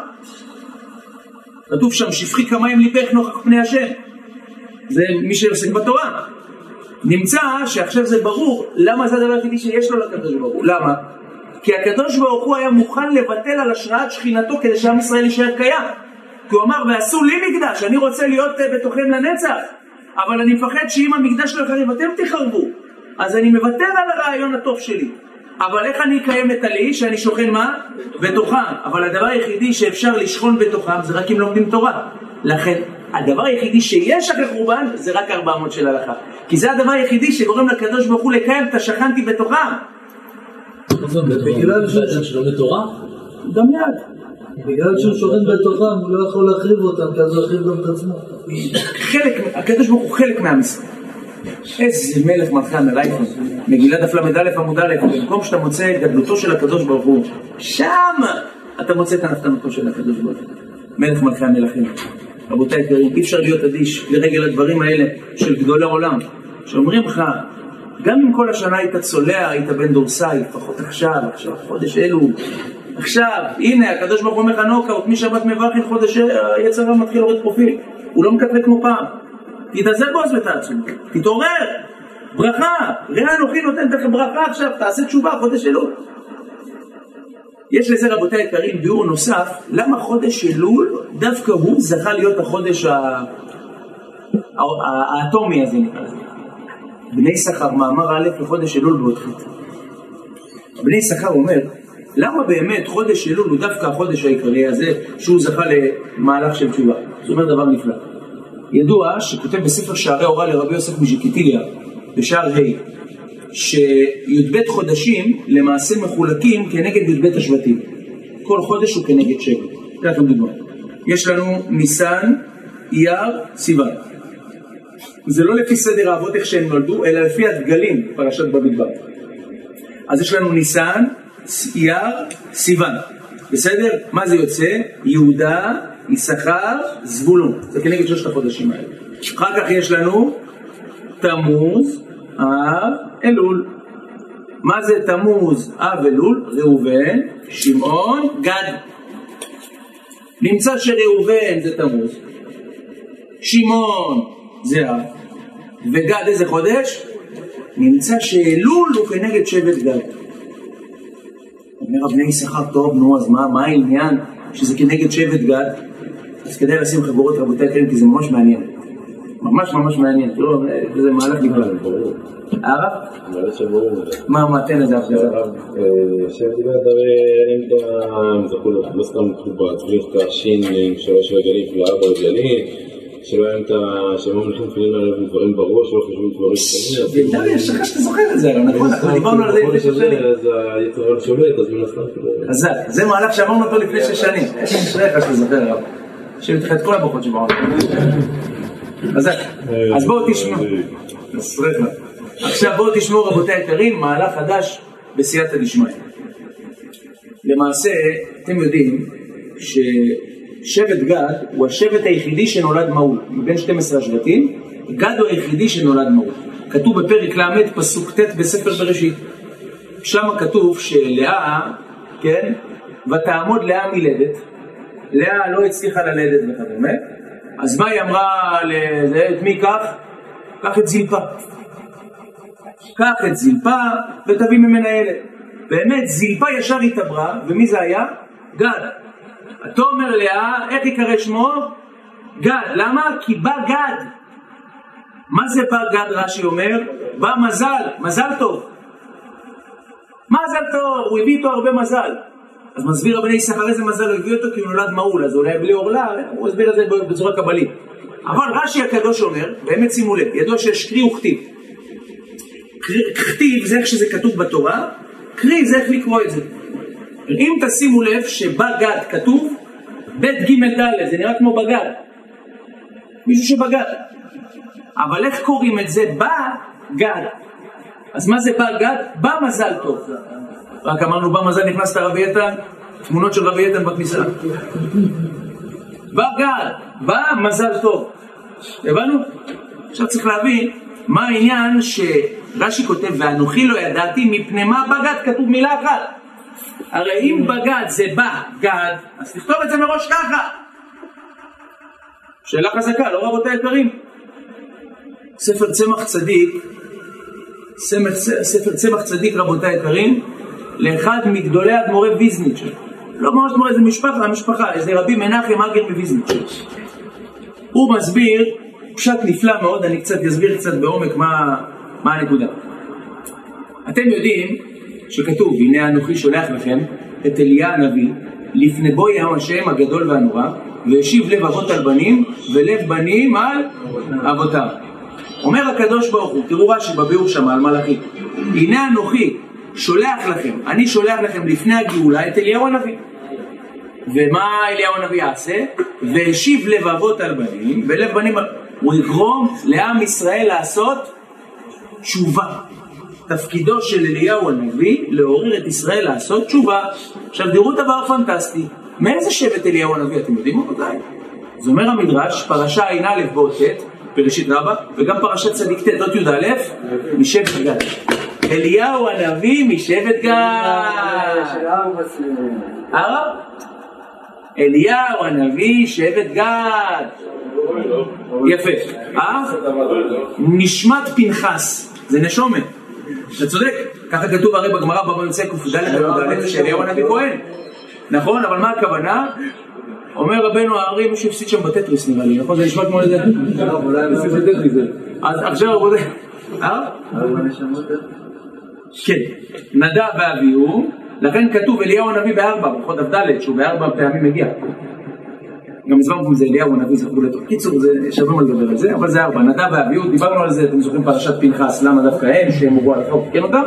כתוב שם, שפכי כמים ליבך נוכח פני השם. זה מי שעוסק בתורה. נמצא שעכשיו זה ברור למה זה הדבר היחידי שיש לו לקדוש ברוך הוא. למה? כי הקדוש ברוך הוא היה מוכן לבטל על השראת שכינתו כדי שעם ישראל יישאר קיים. כי הוא אמר, ועשו לי מקדש, אני רוצה להיות בתוכם לנצח, אבל אני מפחד שאם המקדש לא יחרב, אתם תחרבו. אז אני מוותר על הרעיון הטוב שלי. אבל איך אני אקיים את הלי שאני שוכן מה? בתוכם. אבל הדבר היחידי שאפשר לשכון בתוכם זה רק אם לומדים תורה. לכן הדבר היחידי שיש אחרי חורבן זה רק 400 של הלכה. כי זה הדבר היחידי שגורם לקדוש ברוך הוא לקיים את השכנתי בתוכם. בגלל שהוא בתורה? גם יד. בגלל שהוא שוכן בתוכם הוא לא יכול להחריב אותם, כי אז הוא יחריב גם את עצמו. הקדוש ברוך הוא חלק מהמשחק. איזה מלך מלכי המלאכים, מגילת דף ל"א עמוד א', במקום שאתה מוצא את גדלותו של הקדוש ברוך הוא, שם אתה מוצא את הנפתנותו של הקדוש ברוך הוא, מלך מלכי המלכים. רבותיי יקרים, אי אפשר להיות אדיש לרגל הדברים האלה של גדולי עולם, שאומרים לך, גם אם כל השנה היית צולע, היית בן דורסאי, לפחות עכשיו, חודש אלו, עכשיו, הנה, הקדוש ברוך הוא אומר לך נוקאוט, משבת מברכין חודש יצר רע מתחיל להוריד פרופיל, הוא לא מקטרק כמו פעם. תתעזר בו אז ותעצום, תתעורר, ברכה, ראה אנוכי נותן לך ברכה עכשיו, תעשה תשובה, חודש אלול. יש לזה רבותי יקרים ביאור נוסף, למה חודש אלול דווקא הוא זכה להיות החודש האטומי הזה נקרא לזה. בני שכר, מאמר א' לחודש אלול בעוד חטא. בני שכר אומר, למה באמת חודש אלול הוא דווקא החודש העיקרי הזה, שהוא זכה למהלך של תשובה? זאת אומרת דבר נפלא. ידוע שכותב בספר שערי אורה לרבי יוסף מז'קיטיליה, בשער ה', שי"ב חודשים למעשה מחולקים כנגד י"ב השבטים. כל חודש הוא כנגד שבט. תראה לכם דוגמה. יש לנו ניסן, אייר, סיוון. זה לא לפי סדר האבות איך שהם נולדו, אלא לפי הדגלים פרשת במדבר. אז יש לנו ניסן, אייר, סיוון. בסדר? מה זה יוצא? יהודה, יששכר, זבולון. זה כנגד שלושת החודשים האלה. אחר כך יש לנו תמוז, אב, אלול. מה זה תמוז, אב, אלול? ראובן, שמעון, גד. נמצא שראובן זה תמוז, שמעון זה אב, וגד איזה חודש? נמצא שאלול הוא כנגד שבט גד. אומר בני יששכר, טוב, נו, אז מה העניין שזה כנגד שבט גד? אז כדאי לשים חגורות רבותי יקרים, כי זה ממש מעניין. ממש מעניין. תראו, זה מהלך נגלל. הרב? מה, תן איזה הפגרה? שבט גד, הרי הם זכו, לא סתם תחובה, צריך את השין עם 3 רגלים של 4 רגלים, שלא היה שהם ממליכים תפילין עליהם דברים בראש, לא חשבו דברים קטנים. דרי, יש לך שאתה זוכר את זה, נכון? אנחנו דיברנו על זה לפני 6 שנים. אז היצור שולט, אז מן הסתם. אז זה מהלך שאמרנו אותו לפני 6 שנים. יש לך שאתה זוכר, הרב. שמת לך את כל הברכות שבעולם. אז בואו תשמעו. עכשיו בואו תשמעו רבותי היקרים, מהלך חדש בסייעתא דשמיא. למעשה, אתם יודעים ששבט גד הוא השבט היחידי שנולד מהול. מבין 12 השבטים, גד הוא היחידי שנולד מהול. כתוב בפרק ל' פסוק ט' בספר בראשית. שם כתוב שלאה, כן, ותעמוד לאה מלדת. לאה לא הצליחה ללדת וכדומה. אז מה היא אמרה את מי כך? קח את זלפה. קח את זלפה ותביא ממנה ילד. באמת זלפה ישר התעברה, ומי זה היה? גד. אתה אומר לאה, איך יקרא שמו? גד. למה? כי בא גד. מה זה בא גד? רש"י אומר, בא מזל, מזל טוב. מזל טוב, הוא הביא איתו הרבה מזל. אז מסביר רבני יששכר איזה מזל הוא הביא אותו, כי הוא נולד מעול, אז אולי בלי עורלה, הוא הסביר את זה בצורה קבלית. אבל רש"י הקדוש אומר, באמת שימו לב, ידוע שיש קרי וכתיב. כתיב זה איך שזה כתוב בתורה, קרי זה איך לקרוא את זה. אם תשימו לב שבגד כתוב, בית ג' ד' זה נראה כמו בגד. מישהו שבגד. אבל איך קוראים את זה? בגד. אז מה זה בגד? במזל טוב. רק אמרנו במזל נכנסת רבי איתן, תמונות של רבי איתן בכניסה. בגד, במזל טוב. הבנו? עכשיו צריך להבין מה העניין שרש"י כותב, ואנוכי לא ידעתי מפני מה בגד, כתוב מילה אחת. הרי אם בגד זה בגד, אז תכתוב את זה מראש ככה. שאלה חזקה, לא רבותי יקרים? ספר צמח צדיק ספר צמח צדיק רבותיי יקרים, לאחד מגדולי אדמו"רי ויזניץ', לא ממש מורה, איזה המשפחה, איזה רבי מנחם אגר מוויזניץ'. הוא מסביר פשט נפלא מאוד, אני אסביר קצת בעומק מה הנקודה. אתם יודעים שכתוב, הנה אנוכי שולח לכם את אליה הנביא לפני בואי השם הגדול והנורא, והשיב לב אבות על בנים ולב בנים על אבותם. אומר הקדוש ברוך הוא, תראו רש"י בביאור שם על מלאכי, הנה אנוכי שולח לכם, אני שולח לכם לפני הגאולה את אליהו הנביא. ומה אליהו הנביא יעשה? והשיב לב אבות על בנים ולב בנים על... הוא יגרום לעם ישראל לעשות תשובה. תפקידו של אליהו הנביא לעורר את ישראל לעשות תשובה. עכשיו תראו דבר פנטסטי, מאיזה שבט אליהו הנביא אתם יודעים אותי? זה אומר המדרש, פרשה ע"א באות ט' בראשית רבה, וגם פרשת צדיק ט' אות י"א משבט גד. אליהו הנביא משבט גד. אליהו הנביא שבט גד. יפה. נשמת פנחס, זה נשומת. אתה צודק, ככה כתוב הרי בגמרא בבא יוצא ק"ד שאליהו הנביא כהן. נכון, אבל מה הכוונה? אומר רבנו הארי, מישהו הפסיד שם בטטריס נראה לי, נכון? זה נשמע כמו איזה... אז עכשיו הוא בודק... כן, נדב ואביהו, לכן כתוב אליהו הנביא בארבע, ברכות ד' שהוא בארבע פעמים מגיע. גם הסברנו זה אליהו הנביא, זכרו לתוך. קיצור, שווים על לדבר על זה, אבל זה ארבע. נדב ואביהו, דיברנו על זה, אתם זוכרים פרשת פנחס, למה דווקא הם, שהם הובאו על החוק, כן אותם?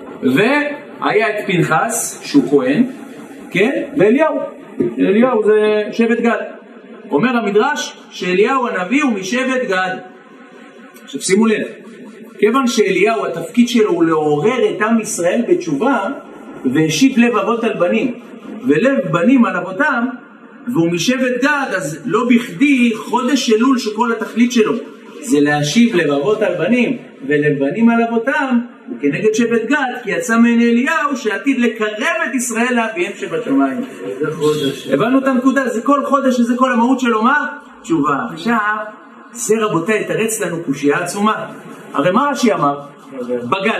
והיה את פנחס, שהוא כהן, כן? ואליהו. אליהו זה שבט גד. אומר המדרש שאליהו הנביא הוא משבט גד. עכשיו שימו לב, כיוון שאליהו התפקיד שלו הוא לעורר את עם ישראל בתשובה, והשיב לב אבות על בנים ולב בנים על אבותם, והוא משבט גד, אז לא בכדי חודש אלול שכל התכלית שלו זה להשיב לב אבות על בנים ולב בנים על אבותם, הוא כנגד שבט גד, כי יצא מן אליהו שעתיד לקרב את ישראל לאביהם שבשמיים. הבנו את הנקודה, זה כל חודש, זה כל המהות שלו, מה? תשובה. עכשיו, זה רבותיי, יתרץ לנו קושיה עצומה. הרי מה רש"י אמר? בגד.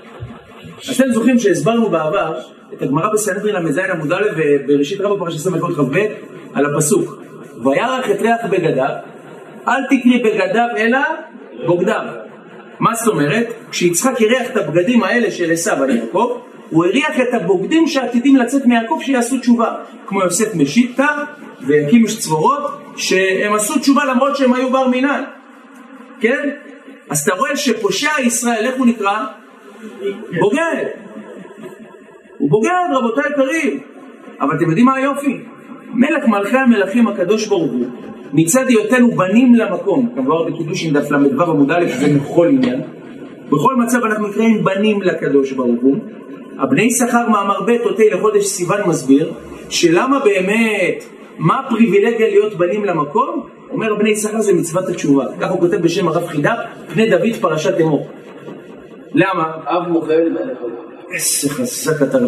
אז אתם זוכרים שהסברנו בעבר את הגמרא בסנהדרין ל"ז עמוד א' ובראשית רבה פרשת ס"ח כ"ב על הפסוק וירח את ריח בגדיו, אל תקרי בגדיו אלא בוגדיו. מה זאת אומרת? כשיצחק הריח את הבגדים האלה של עשיו על יעקב, הוא הריח את הבוגדים שעתידים לצאת מיעקב שיעשו תשובה, כמו יוסף משיטה ויקים צבורות שהם עשו תשובה למרות שהם היו בר מינן. כן? אז אתה רואה שפושע ישראל, איך הוא נקרא? בוגד. הוא בוגד, רבותיי יקרים. אבל אתם יודעים מה היופי? מלך מלכי המלכים הקדוש ברוך הוא, מצד היותנו בנים למקום, כמובן בקידושין דף ל"ו עמוד א', זה בכל עניין, בכל מצב אנחנו נקראים בנים לקדוש ברוך הוא. הבני יששכר מאמר ב' אותי לחודש סיוון מסביר שלמה באמת, מה הפריבילגיה להיות בנים למקום? אומר בני יששכר זה מצוות התשובה, כך הוא כותב בשם הרב חידה פני דוד פרשת אמור. למה? אב מוכר למלך. איזה חזק אתה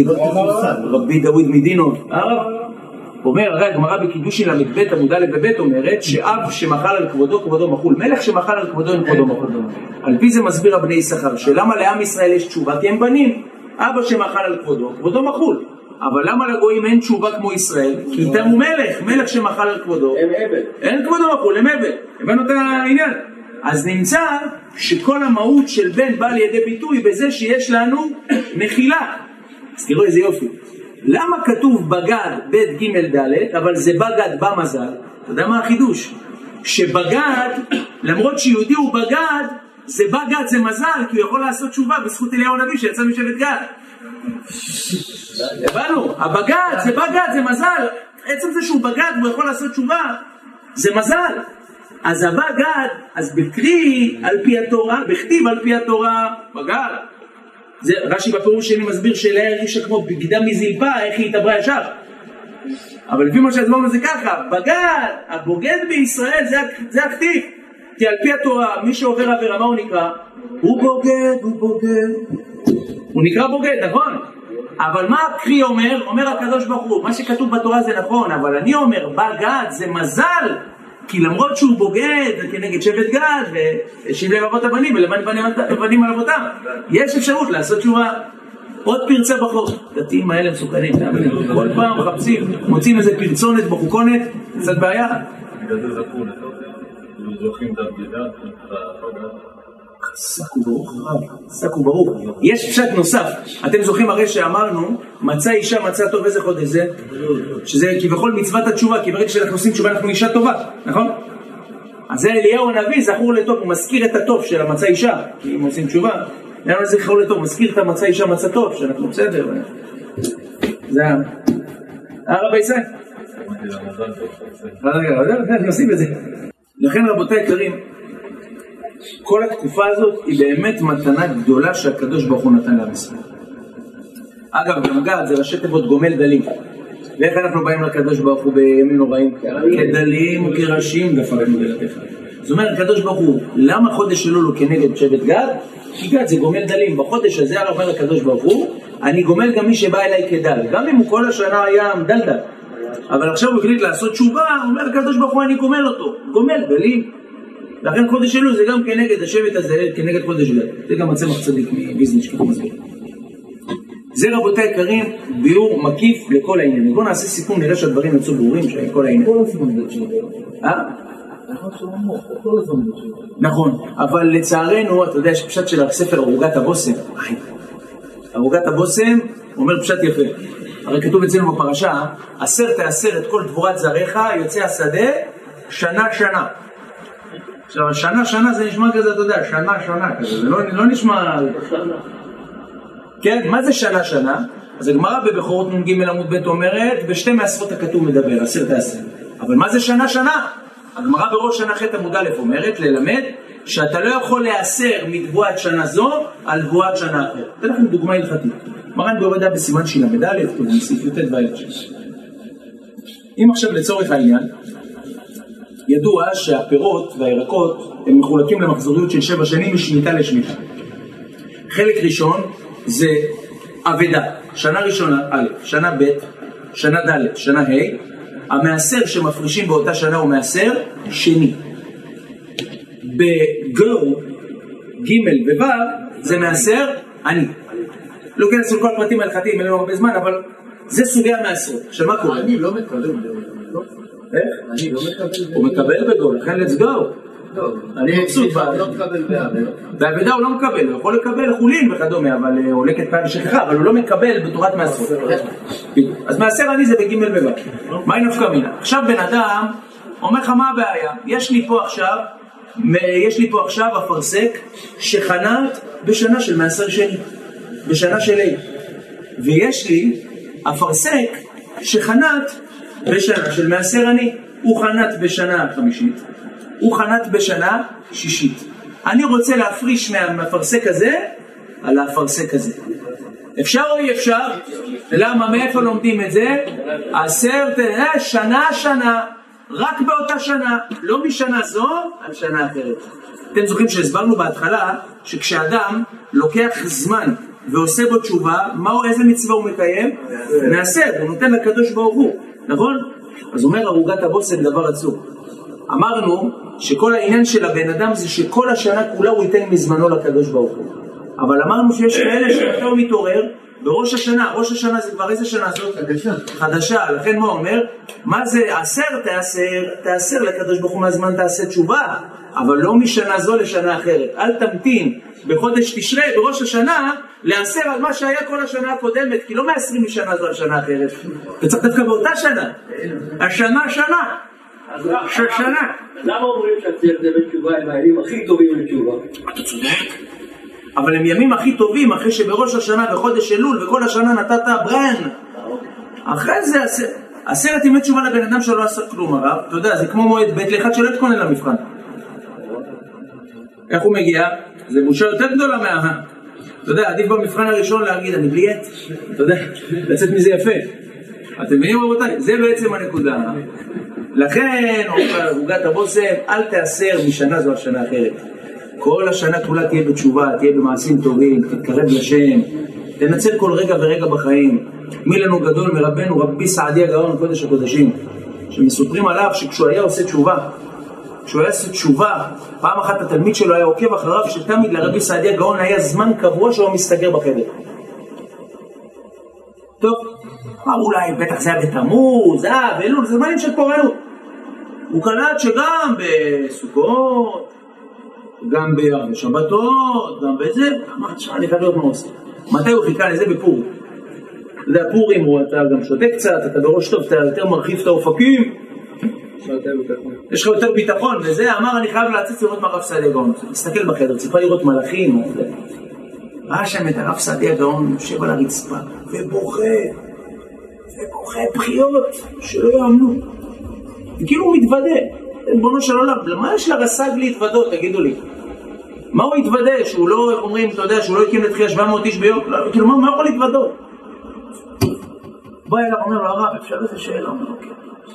רבי דוד מדינו. אומר, הרי הגמרא בקידושין ל"ב עמוד א' וב' אומרת שאב שמחל על כבודו, כבודו מחול. מלך שמחל על כבודו, אין כבודו מחול. על פי זה מסביר הבני יששכר שלמה לעם ישראל יש תשובה? כי הם בנים. אבא שמחל על כבודו, כבודו מחול. אבל למה לגויים אין תשובה כמו ישראל? כי איתם הוא מלך שמחל על כבודו. הם עבד. אין כבודו מחול, הם עבד. הבנו את העניין. אז נמצא שכל המהות של בן בא לידי ביטוי בזה שיש לנו מחילה. אז תראו איזה יופי. למה כתוב בגד ב' ג' ד' אבל זה בגד במזל? אתה יודע מה החידוש? שבגד, למרות שיהודי הוא בגד, זה בגד זה מזל, כי הוא יכול לעשות תשובה בזכות אליהו הנביא שיצא משבט גד. הבנו, הבגד זה בגד זה מזל, עצם זה שהוא בגד והוא יכול לעשות תשובה זה מזל. אז הבגד, אז בקרי על פי התורה, בכתיב על פי התורה בגד. זה רש"י בפירוש שלי מסביר שאליה הרגישה כמו בגדה מזלפה, איך היא התעברה ישר. אבל לפי מה שהסברנו זה ככה, בגד, הבוגד בישראל זה הכתיב. כי על פי התורה, מי שעובר עבירה, מה הוא נקרא? הוא בוגד. הוא נקרא בוגד, נכון? אבל מה הקרי אומר? אומר הקדוש ברוך הוא, מה שכתוב בתורה זה נכון, אבל אני אומר, בגד זה מזל, כי למרות שהוא בוגד כנגד שבט גד, והשיב לב אבות הבנים ולמד בנים על אבותם, יש אפשרות לעשות תשובה. עוד פרצה בחוק. דתיים האלה מסוכנים, כל פעם מחפשים, מוצאים איזה פרצונת בחוקונת, קצת בעיה. בגלל זה זכו לתוך, זוכים את הבגידה, סקו ברוך רב, סקו ברוך. יש פשט נוסף, אתם זוכרים הרי שאמרנו, מצא אישה מצא טוב, איזה חודש זה? שזה כביכול מצוות התשובה, כי ברגע שאנחנו עושים תשובה אנחנו אישה טובה, נכון? אז זה אליהו הנביא, זכור לטוב, הוא מזכיר את הטוב של המצא אישה, כי אם עושים תשובה, למה זה זכור לטוב, מזכיר את המצא אישה מצא טוב, שאנחנו בסדר. זה הרבי ישראל. נשים את זה. לכן רבותיי יקרים, כל התקופה הזאת היא באמת מתנה גדולה שהקדוש ברוך הוא נתן לעם ישראל. אגב, גם גד זה ראשי תיבות גומל דלים. ואיך אנחנו באים לקדוש ברוך הוא בימים נוראים? כדלים וכראשים דפקנו דלתך. זאת אומרת, הקדוש ברוך הוא, למה חודש אלול הוא כנגד שבט גד? כי גד זה גומל דלים. בחודש הזה הרב אומר לקדוש ברוך הוא, אני גומל גם מי שבא אליי כדל. גם אם הוא כל השנה היה דלדל. אבל עכשיו הוא החליט לעשות תשובה, הוא אומר לקדוש ברוך הוא, אני גומל אותו. גומל דלים. לכן חודש אלול זה גם כנגד השבט הזה, כנגד חודש גד. זה גם הצמח צדיק מביזנש ככה מסביר. זה רבותיי יקרים, ביור מקיף לכל העניין. בואו נעשה סיכום, נראה שהדברים יצאו ברורים של כל העניין. כל הזמן זה תשובה. נכון, אבל לצערנו, אתה יודע, יש פשט של הספר ערוגת הבושם. ערוגת הבושם אומר פשט יפה. הרי כתוב אצלנו בפרשה, 10 תעשר את כל דבורת זרעך, יוצא השדה, שנה שנה. עכשיו, שנה זה נשמע כזה, אתה יודע, שנה כזה, זה לא נשמע... כן, מה זה שנה? אז הגמרא בבכורות נ"ג עמוד ב' אומרת, בשתי מעשרות הכתוב מדבר, 10 תעשר. אבל מה זה שנה? הגמרא בראש שנה ח' עמוד א' אומרת, ללמד שאתה לא יכול להיאסר מתבואת שנה זו על תבואת שנה אחרת. אתן לכם דוגמה הלכתית. מרן ביורדה בסימן של"א, בסעיף י"ט ואילך. אם עכשיו לצורך העניין, ידוע שהפירות והירקות הם מחולקים למחזוריות של 7 שנים משמיטה לשמיטה. חלק ראשון זה עבדה, שנה ראשונה א', שנה ב', שנה ד', שנה ה', המעשר שמפרישים באותה שנה הוא מעשר שני. בגו, ג' וו' זה מעשר עני. לא כנס על כל הפרטים ההלכתיים, אין לנו הרבה זמן, אבל זה סוגי המעשרות. עכשיו מה קורה? אני לא מקבל. איך? אני לא מקבל. הוא מקבל בגו, לכן let's go. אני מבסוט. לא מקבל בעבדה. בעבדה הוא לא מקבל, הוא יכול לקבל חולין וכדומה, אבל הוא הולך את פעם שכחה, אבל הוא לא מקבל בתורת מעשרות. אז מעשר עני זה בג' וו'. מה היא נפקא מינה? עכשיו בן אדם אומר לך מה הבעיה? יש לי פה עכשיו אפרסק שחנת בשנה של מעשר שני, בשנה של ה', ויש לי אפרסק שחנת בשנה של מעשר עני. הוא חנת בשנה חמישית, הוא חנת בשנה שישית. אני רוצה להפריש מהאפרסק הזה על האפרסק הזה. אפשר או אי אפשר? למה? מאיפה לומדים את זה? 10 שנה, רק באותה שנה, לא משנה זו על שנה אחרת. אתם זוכרים שהסברנו בהתחלה שכשאדם לוקח זמן ועושה בו תשובה, איזה מצווה הוא מקיים? מעשר, הוא נותן לקדוש ברוך הוא, נכון? אז אומר ערוגת הבושם דבר עצום. אמרנו שכל העניין של הבן אדם זה שכל השנה כולה הוא ייתן מזמנו לקדוש ברוך הוא. אבל אמרנו שיש כאלה שאתה מתעורר בראש השנה, ראש השנה זה כבר איזה שנה זאת? חדשה. לכן מה אומר? מה זה 10 תעשר לקדוש ברוך הוא מהזמן תעשה תשובה, אבל לא משנה זו לשנה אחרת. אל תמתין בחודש תשרי בראש השנה לעשר על מה שהיה כל השנה הקודמת, כי לא מעשרים משנה זו על שנה אחרת. אתה צריך דווקא באותה שנה. השנה שנה. למה אומרים שעשר זה בתשובה הם הימים הכי טובים לתשובה? אתה צודק. אבל הם ימים הכי טובים אחרי שבראש השנה בחודש אלול וכל השנה נתת ברן. אחרי זה 10 ימי תשובה לבן אדם שלא עשה כלום, הרב. אתה יודע, זה כמו מועד ב' לאחד שלא התכונן למבחן. איך הוא מגיע? זה בושה יותר גדולה אתה יודע, עדיף במבחן הראשון להגיד, אני בלי עת. אתה יודע, לצאת מזה יפה. אתם מבינים רבותיי? זה בעצם הנקודה. לכן, ערוגת הבושם, אל תעשר משנה זו על שנה אחרת. כל השנה כולה תהיה בתשובה, תהיה במעשים טובים, תתקרב לשם, תנצל כל רגע ורגע בחיים. מי לנו גדול מרבנו רבי סעדיה גאון קודש הקודשים, שמסופרים עליו שכשהוא היה עושה תשובה, כשהוא היה עושה תשובה, פעם אחת התלמיד שלו היה עוקב אחריו, שתמיד לרבי סעדיה גאון היה זמן קבוע שהוא מסתגר בחדר. טוב, אולי בטח זה היה בתמוז, באלול, זה זמנים של פורענות. הוא קלט שגם בסוכות, גם בשבתות, גם בזה, אמר, תשמע, אני חייב לראות מה עושה. מתי הוא חיכה לזה? בפורים. זה הפורים, אתה גם שותה קצת, אתה בראש טוב, אתה יותר מרחיב את האופקים, יש לך יותר ביטחון, וזה אמר, אני חייב להציץ לראות מה רב סעדיה גאון. תסתכל בחדר, ציפה לראות מלאכים, ראה שם את הרב סעדיה גאון, יושב על הרצפה, ובוכה בחיות שלא יאמנו. וכאילו הוא מתוודה, בונו של עולם, למה יש לרס"ג להתוודות, תגידו לי? מה הוא יתוודה? שהוא לא, אומרים, אתה יודע, שהוא לא הקים לתחייה 700 איש ביום, כאילו מה יכול להתוודות? בא אליו, אומר לו, הרב, אפשר איזה שאלה? אומר לו, כן.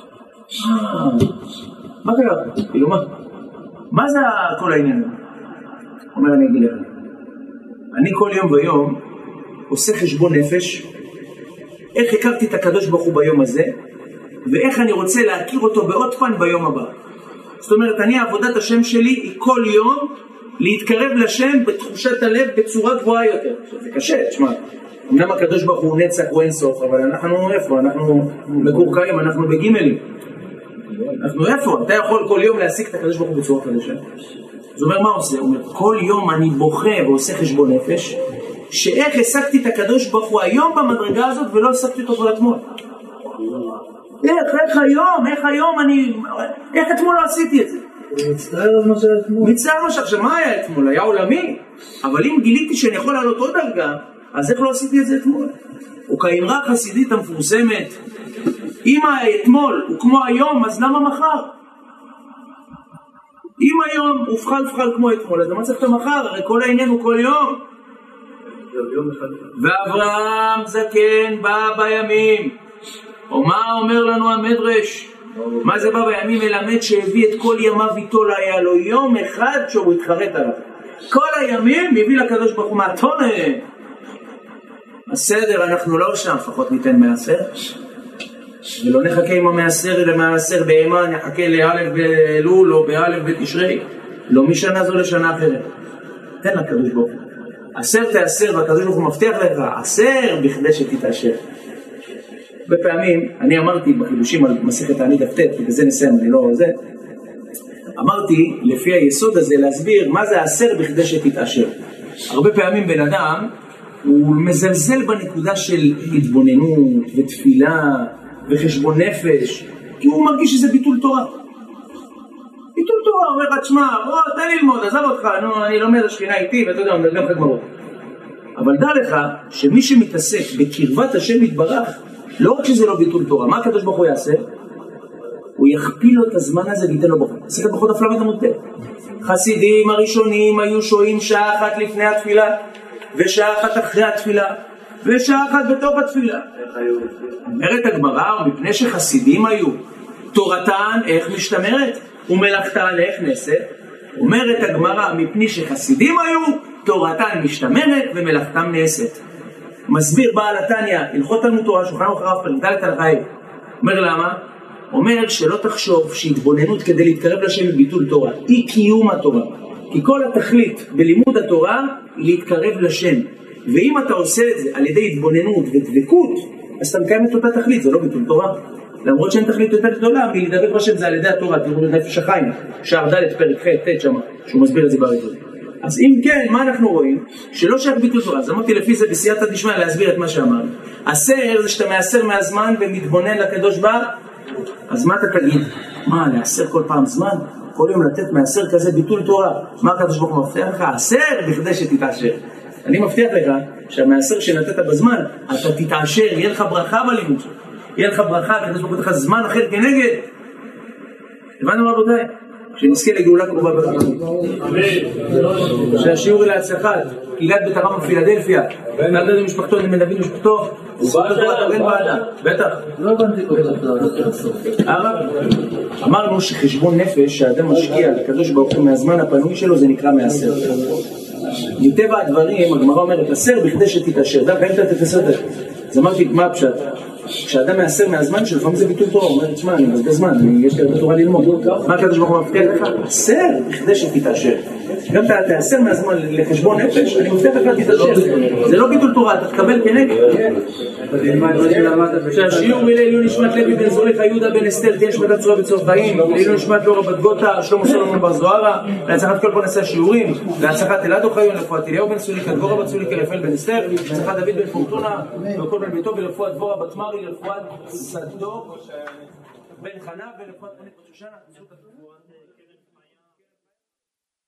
מה קרה? כאילו מה זה כל העניין? אומר, אני אגיד לך, אני כל יום ויום עושה חשבון נפש, איך הכרתי את הקדוש ברוך הוא ביום הזה, ואיך אני רוצה להכיר אותו בעוד פן ביום הבא. זאת אומרת, אני עבודת השם שלי היא כל יום להתקרב לשם בתחושת הלב בצורה גבוהה יותר. זה קשה, תשמע, אמנם הקדוש ברוך הוא נצח הוא אין סוף, אבל אנחנו איפה? אנחנו מקורקעים, אנחנו בגימלים. אנחנו איפה? אתה יכול כל יום להשיג את הקדוש ברוך הוא בצורה חדשה. זאת אומרת, מה עושה? הוא אומר, כל יום אני בוכה ועושה חשבון נפש, שאיך השגתי את הקדוש ברוך הוא היום במדרגה הזאת ולא השגתי אותו כל אתמול. איך אתמול לא עשיתי את זה? מצטער על מה שהיה אתמול. מצטער על מה שעכשיו, מה היה אתמול? היה עולמי? אבל אם גיליתי שאני יכול לעלות עוד דרגה, אז איך לא עשיתי את זה אתמול? וכאמרה החסידית המפורסמת, אם האתמול הוא כמו היום, אז למה מחר? אם היום הוא פחל כמו אתמול, אז למה צריך את המחר? הרי כל העניין הוא כל יום. ואברהם זקן בא בימים. ומה אומר לנו המדרש? מה זה בא בימים? מלמד שהביא את כל ימיו איתו, לא היה לו יום אחד שהוא התחרט עליו. כל הימים מביא לקדוש ברוך הוא מהתונה. הסדר אנחנו לא שם, לפחות ניתן מעשר. ולא נחכה עם המעשר למעשר בהמה, נחכה לאלף באלול או באלף בתשרי. לא משנה זו לשנה אחרת. תן לקדוש ברוך הוא. עשר תעשר, והקדוש ברוך הוא מבטיח לך, עשר בכדי שתתעשר. בפעמים, אני אמרתי בחידושים על מסכת תענית דף ט', כי בזה נסיים, אני לא זה. אמרתי, לפי היסוד הזה, להסביר מה זה עשר בכדי שתתעשר. הרבה פעמים בן אדם, הוא מזלזל בנקודה של התבוננות ותפילה וחשבון נפש, כי הוא מרגיש שזה ביטול תורה. ביטול תורה, הוא אומר, תשמע, בוא, תן ללמוד, עזב אותך, אני לומד השכינה איתי, ואתה יודע, אני גם חגמרות. אבל דע לך, שמי שמתעסק בקרבת השם יתברך, לא רק שזה לא ביטול תורה, מה הקדוש ברוך הוא יעשה? הוא יכפיל לו את הזמן הזה וייתן לו ברכה. שיחת ברכות דף ל' עמוד ב'. חסידים הראשונים היו שוהים שעה אחת לפני התפילה, ושעה אחת אחרי התפילה, ושעה אחת בתוך התפילה. אומרת הגמרא, ומפני שחסידים היו, תורתן איך משתמרת, ומלאכתן איך נעשית. אומרת הגמרא, מפני שחסידים היו, תורתן משתמרת ומלאכתן נעשית. מסביר בעל התניא, הלכות תלמוד תורה, שולחן ערוך הרב פרק ד' הלכה ה'. אומר למה? אומר שלא תחשוב שהתבוננות כדי להתקרב לשם בביטול תורה, היא קיום התורה. כי כל התכלית בלימוד התורה היא להתקרב לשם. ואם אתה עושה את זה על ידי התבוננות ודבקות, אז אתה מקיים את אותה תכלית, זה לא ביטול תורה. למרות שאין תכלית יותר גדולה, מלדבק בשם זה על ידי התורה, תראו בנפש החיים, שער ד' פרק ח' ט' שם, שהוא מסביר את זה בראשון. אז אם כן, מה אנחנו רואים? שלא שייך ביטול תורה. אז אמרתי לפי זה בסייעתא דשמיא להסביר את מה שאמרנו. עשר זה שאתה מעשר מהזמן ומתבונן לקדוש ברוך הוא. אז מה אתה תגיד? מה, לעשר כל פעם זמן? כל יום לתת מעשר כזה ביטול תורה? מה הקדוש ברוך הוא מבטיח לך? עשר בכדי שתתעשר. אני מבטיח לך שהמעשר שנתת בזמן, אתה תתעשר, יהיה לך ברכה בלימוד שלך. יהיה לך ברכה, הקדוש ברוך הוא לך זמן אחר כנגד. הבנו רבותיי? שנזכה לגאולה קרובה ברחמים. שהשיעור אלה הצלחה, קהילת בית הרמב"ם בפילדלפיה, נדד למשפחתו, נדב למשפחתו, בטח. לא הבנתי כל כך. אמרנו שחשבון נפש שהאדם משקיע לקדוש ברוך הוא מהזמן הפנוי שלו זה נקרא מעשר. מטבע הדברים הגמרא אומרת עשר בכדי שתתעשר. דווקא אם אתה תתעשר, אז אמרתי מה הפשט? כשאדם מעשר מהזמן שלפעמים זה ביטול תורה, הוא אומר, תשמע, אני מבזבז זמן, יש לי הרבה תורה ללמוד. מה הקדוש ברוך הוא מבטיח לך? עשר בכדי שתתעשר. גם אתה תעשר מהזמן לחשבון נפש, אני מבטיח לך תתעשר. זה לא ביטול תורה, אתה תקבל כנגד. שהשיעור לעילוי נשמת לוי בן זוריך יהודה בן אסתר תהיה נשמת צורה בצורפאים, לעילוי נשמת לאורה בת גוטה שלמה סולומון בר זוהרה, להצלחת כל פרנסי השיעורים, להצלחת אלעד אוחיון, לרפואת אליהו בן סוליקה, דבורה בת סוליקה, רפאל בן אסתר, להצלחת דוד בן פורטונה וכל בן ביתו, ולרפואת דבורה בת מרי, לרפואת סדוק בן חנה ולרפואת בת שושנה.